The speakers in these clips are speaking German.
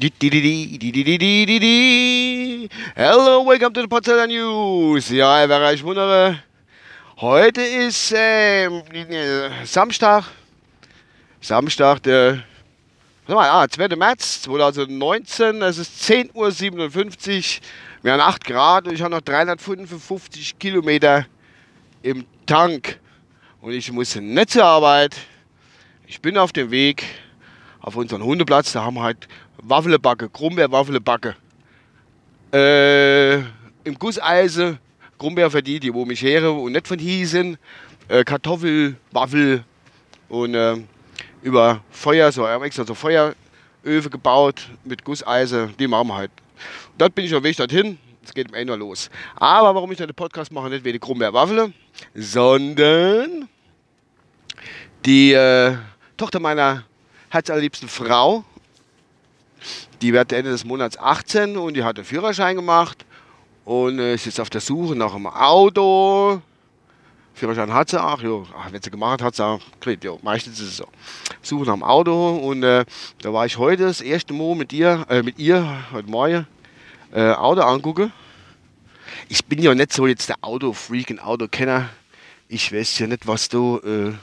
Hello, welcome to the Potsdamer News. Ja, wäre ich wundere. Heute ist Samstag, der 2. März 2019. Es ist 10:57 Uhr. Wir haben 8 Grad und ich habe noch 355 Kilometer im Tank. Und ich muss nicht zur Arbeit. Ich bin auf dem Weg auf unseren Hundeplatz. Da haben wir halt Waffelbacke, Krummbeer-Waffelbacke. Im Gusseisen, Krummbeer für die wo mich hören und nicht von hier sind. Kartoffel, Waffel und über Feuer, so haben extra so Feueröfen gebaut mit Gusseisen. Die machen wir halt. Dort bin ich auf dem Weg dorthin. Es geht im Ende los. Aber warum ich dann den Podcast mache, nicht wegen Krummbeer-Waffel, sondern die Tochter meiner herzallerliebsten Frau, die wird Ende des Monats 18 und die hat einen Führerschein gemacht und ist jetzt auf der Suche nach einem Auto. Führerschein hat sie auch, jo. Wenn sie gemacht hat, sie auch gekriegt, jo. Meistens ist es so. Suche nach einem Auto und da war ich heute das erste Mal mit ihr, heute Morgen, Auto angucken. Ich bin ja nicht so jetzt der Autofreak, ein Autokenner. Ich weiß ja nicht, was du,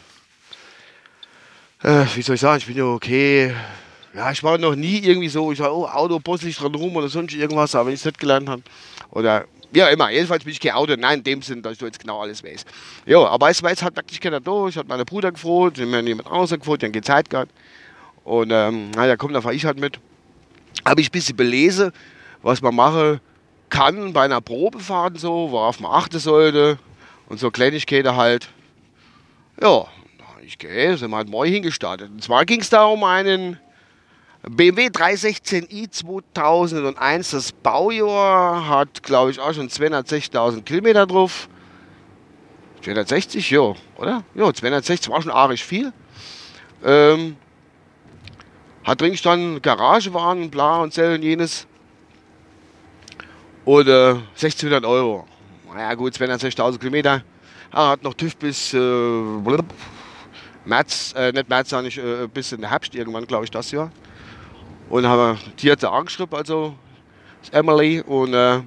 wie soll ich sagen, ich bin ja okay. Ja, ich war noch nie irgendwie so, ich sage, oh, Auto, bosselig dran rum oder sonst irgendwas, aber wenn ich es nicht gelernt habe. Oder, ja, immer, jedenfalls bin ich kein Auto, nein, in dem Sinn, dass ich jetzt genau alles weiß. Ja, aber es weiß halt wirklich keiner da. Ich habe meinen Bruder gefragt, mir jemand anderes gefragt, die haben keine Zeit gehabt. Und, naja, komm, dann fahre ich halt mit. Habe ich ein bisschen belesen, was man machen kann bei einer Probefahrt und so, worauf man achten sollte. Und so Kleinigkeiten halt. Ja, ich gehe, sind wir halt neu hingestartet. Und zwar ging es da um einen BMW 316i 2001, das Baujahr, hat glaube ich auch schon 260.000 Kilometer drauf. 260, ja, oder? Ja, 260 war schon arg viel. Hat drin dann Garagewagen, bla und Zell und jenes. Und 1.600 Euro. Naja gut, 260.000 Kilometer. Er hat noch TÜV bis März, nicht März, sondern bis in den Herbst irgendwann, glaube ich, das Jahr. Und haben wir die hat sie angeschrieben, also das Emily, und haben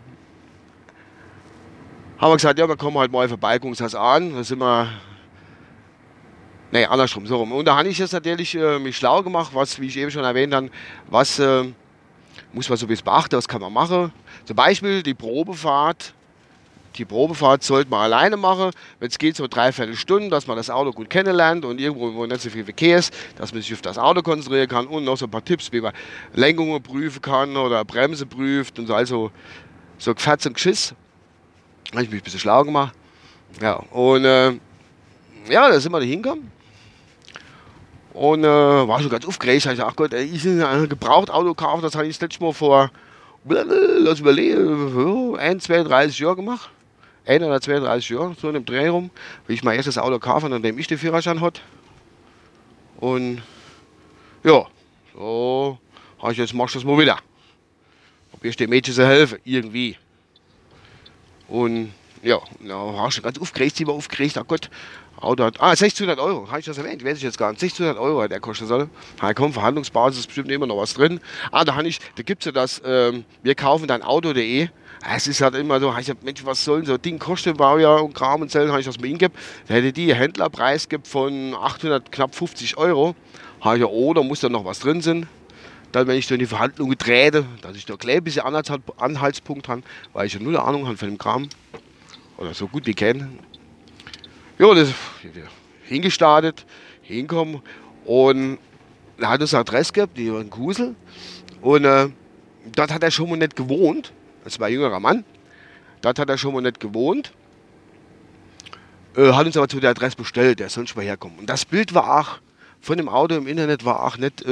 wir gesagt, ja, wir kommen halt mal vorbei, gucken uns das an. Da sind wir, nee, andersrum, so rum. Und da habe ich jetzt natürlich mich schlau gemacht, was, wie ich eben schon erwähnt habe, was muss man so ein bisschen beachten, was kann man machen. Zum Beispiel die Probefahrt. Die Probefahrt sollte man alleine machen, wenn es geht, so 3/4 Stunden, dass man das Auto gut kennenlernt und irgendwo, wo nicht so viel Verkehr ist, dass man sich auf das Auto konzentrieren kann und noch so ein paar Tipps, wie man Lenkungen prüfen kann oder Bremse prüft und so, also so Gefährts und Geschiss. Da habe ich mich ein bisschen schlau gemacht. Ja, und ja, da sind wir da hingekommen. Und war schon ganz aufgeregt. Ich dachte, ach Gott, ich bin ein Gebrauchtauto gekauft, das habe ich das letzte Mal vor, lass überlegen, 1, 2, 30 Jahre gemacht. 1 oder 32 Jahre, so in dem Dreh rum, wie ich mein erstes Auto gekauft habe, nachdem ich den Führerschein hatte. Und ja, so habe ich jetzt, machst du das mal wieder. Probierst dem Mädchen zu helfen, irgendwie. Und ja, da war ich schon ganz aufgeregt, sie war aufgeregt, ach Gott, Auto hat, 1.600 Euro, habe ich das erwähnt, weiß ich jetzt gar nicht, 1.600 Euro hat der kostet soll. Ja, komm, Verhandlungsbasis ist bestimmt immer noch was drin. Da gibt es ja das, wir kaufen dein Auto.de. Es ist halt immer so, ich hab, Mensch, was soll so ein Ding kosten, Baujahr und Kram und Zellen, habe ich das mal hingegeben. Da hätte die einen Händlerpreis gibt von 800, knapp 50 Euro. Habe ich ja, oh, da muss da noch was drin sein. Dann, wenn ich da in die Verhandlungen trete, dass ich da gleich ein bisschen Anhaltspunkt habe, weil ich ja null Ahnung habe von dem Kram. Oder so gut wie kenne. Ja, das hingestartet, hinkommen und er hat uns eine Adresse gehabt, die war in Kusel. Und dort hat er schon mal nicht gewohnt. Das war ein jüngerer Mann. Dort hat er schon mal nicht gewohnt. Hat uns aber zu der Adresse bestellt, der soll schon mal herkommen. Und das Bild war auch von dem Auto im Internet, war auch nicht,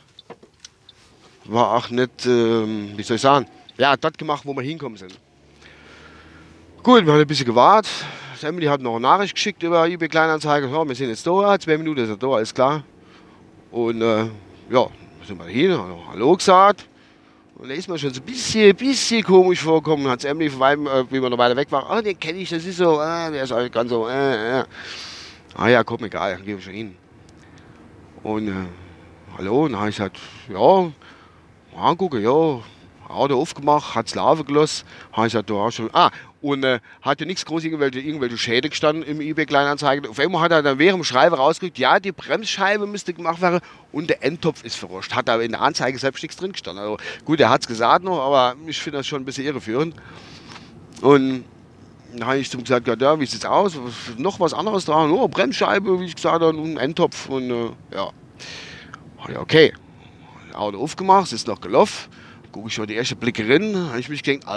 wie soll ich sagen, ja, dort gemacht, wo wir hinkommen sind. Gut, wir haben ein bisschen gewartet. Emily hat noch eine Nachricht geschickt über eBay Kleinanzeigen. Ja, wir sind jetzt da, 2 Minuten ist er da, alles klar. Und ja, sind wir hin, haben noch Hallo gesagt. Und da ist mir schon so ein bisschen komisch vorgekommen. Hat Emily von weitem, wie wir noch weiter weg waren, den kenne ich, das ist so, der ist halt ganz so, ja, komm, egal, dann gehen wir schon hin. Und hallo, und dann habe ich gesagt, ja, angucken, ja, Auto aufgemacht, hat's laufen gelassen, habe ich gesagt, du hast schon, und hat ja nichts groß, irgendwelche Schäden gestanden im eBay Kleinanzeigen. Auf einmal hat er dann während dem Schreiben rausgekriegt, ja, die Bremsscheibe müsste gemacht werden und der Endtopf ist verrutscht. Hat aber in der Anzeige selbst nichts drin gestanden. Also gut, er hat's gesagt noch, aber ich finde das schon ein bisschen irreführend. Und dann habe ich zum gesagt, ja, wie sieht's aus? Noch was anderes dran? Oh, Bremsscheibe, wie ich gesagt habe, und ein Endtopf und ja. Ja, okay. Auto aufgemacht, es ist noch gelaufen. Gucke ich schon die ersten Blicke rein, habe ich mich gedacht,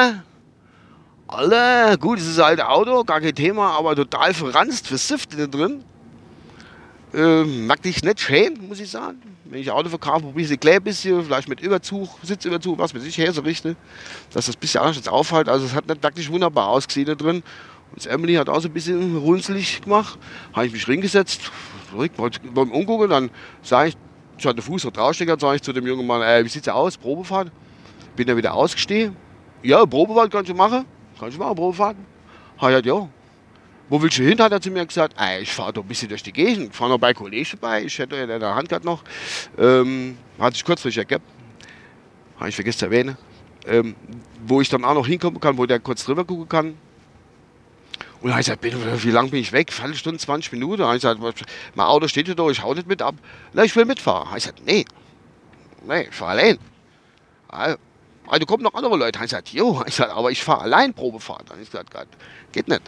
Alter, gut, es ist ein altes Auto, gar kein Thema, aber total verranzt, versifft innen drin. Mag dich nicht schön, muss ich sagen. Wenn ich Auto verkaufe, ein bisschen Kleb bisschen, vielleicht mit Überzug, Sitzüberzug, was mit sich herrichte, dass das ein bisschen anders auffällt. Also es hat nicht wirklich wunderbar ausgesehen da drin. Und das Emily hat auch so ein bisschen runzelig gemacht. Habe ich mich reingesetzt, wollte beim Umgucken, dann sage ich hatte den Fuß so draufstecken, sage ich zu dem jungen Mann, wie sieht's aus, Probefahrt? Bin dann wieder ausgestiegen. Ja, Probefahrt kannst du machen. Kannst du machen, Probefahrt? Habe ich gesagt, ja. Wo willst du hin, hat er zu mir gesagt. Ich fahre doch ein bisschen durch die Gegend, fahre noch bei Kollegen vorbei, ich hätte in der Hand gehabt noch. Hat sich kurzfristig ergeben, habe ich vergessen zu erwähnen. Wo ich dann auch noch hinkommen kann, wo der kurz drüber gucken kann. Und dann habe ich gesagt, wie lange bin ich weg? Viertelstunde, 20 Minuten. Dann habe ich gesagt, mein Auto steht hier doch, ich hau nicht mit ab. Na, ich will mitfahren. Habe ich gesagt, nee, ich fahre allein. Also kommen noch andere Leute. Habe ich gesagt, jo, aber ich fahre allein Probefahrt. Dann habe ich gesagt, geht nicht.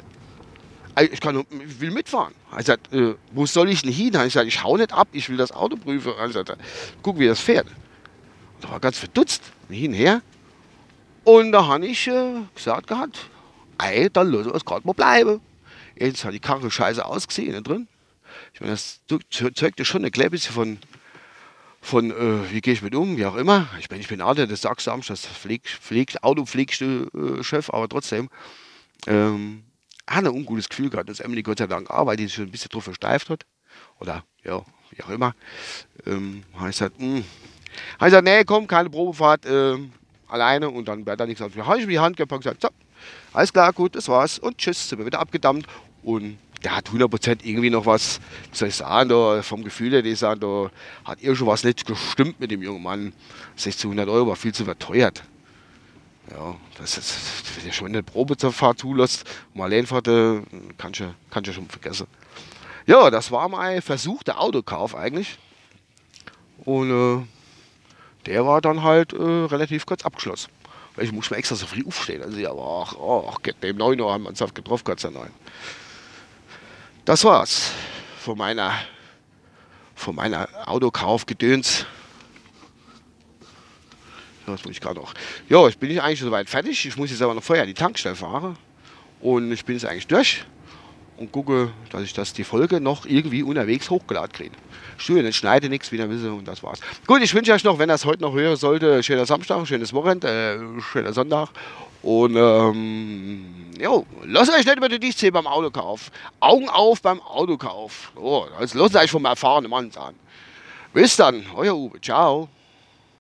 Ich will mitfahren. Er hat gesagt, wo soll ich denn hin? Er hat gesagt, ich hau nicht ab, ich will das Auto prüfen. Er hat gesagt, guck, wie das fährt. Und er war ganz verdutzt, hinher. Und da habe ich gesagt gehabt, dann lassen wir es gerade mal bleiben. Jetzt hat die Karre scheiße ausgesehen innen drin. Ich meine, das zeugte schon ein klein bisschen von wie gehe ich mit um, wie auch immer. Ich bin auch das sagst du das Autopflegste Chef, aber trotzdem. Hat ein ungutes Gefühl gehabt, dass Emily Gott sei Dank auch, weil die sich schon ein bisschen drauf versteift hat. Oder, ja, wie auch immer. Habe ich gesagt, nee, komm, keine Probefahrt, alleine. Und dann wird da nichts auf. Habe ich mir die Hand gepackt und gesagt, so, alles klar, gut, das war's. Und tschüss, sind wir wieder abgedampft. Und der hat 100% irgendwie noch was, wie soll ich sagen, da, vom Gefühl her, die sagen, da hat irgendwo was nicht gestimmt mit dem jungen Mann. 1600 Euro war viel zu verteuert. Ja, das ist, wenn ihr schon eine Probefahrt zulässt, mal Alleinfahrt, kannst du schon vergessen. Ja, das war mein versuchter Autokauf eigentlich. Und der war dann halt relativ kurz abgeschlossen. Weil ich muss mir extra so früh aufstehen. Also, ja, geht dem 9 Uhr haben wir uns getroffen, Gott sei Dank. Das war's von meiner Autokauf-Gedöns. Das muss ich gerade noch. Ja, ich bin nicht eigentlich soweit fertig. Ich muss jetzt aber noch vorher an die Tankstelle fahren. Und ich bin jetzt eigentlich durch. Und gucke, dass ich die Folge noch irgendwie unterwegs hochgeladen kriege. Stühle, nicht schneide nichts, wieder wisse und das war's. Gut, ich wünsche euch noch, wenn ihr es heute noch hören sollte, schöner Samstag, schönes Wochenende, schöner Sonntag. Und lasst euch nicht über die Dichtzäh beim Autokauf. Augen auf beim Autokauf. So, das lasst euch vom erfahrenen Mann sagen. Bis dann, euer Uwe. Ciao.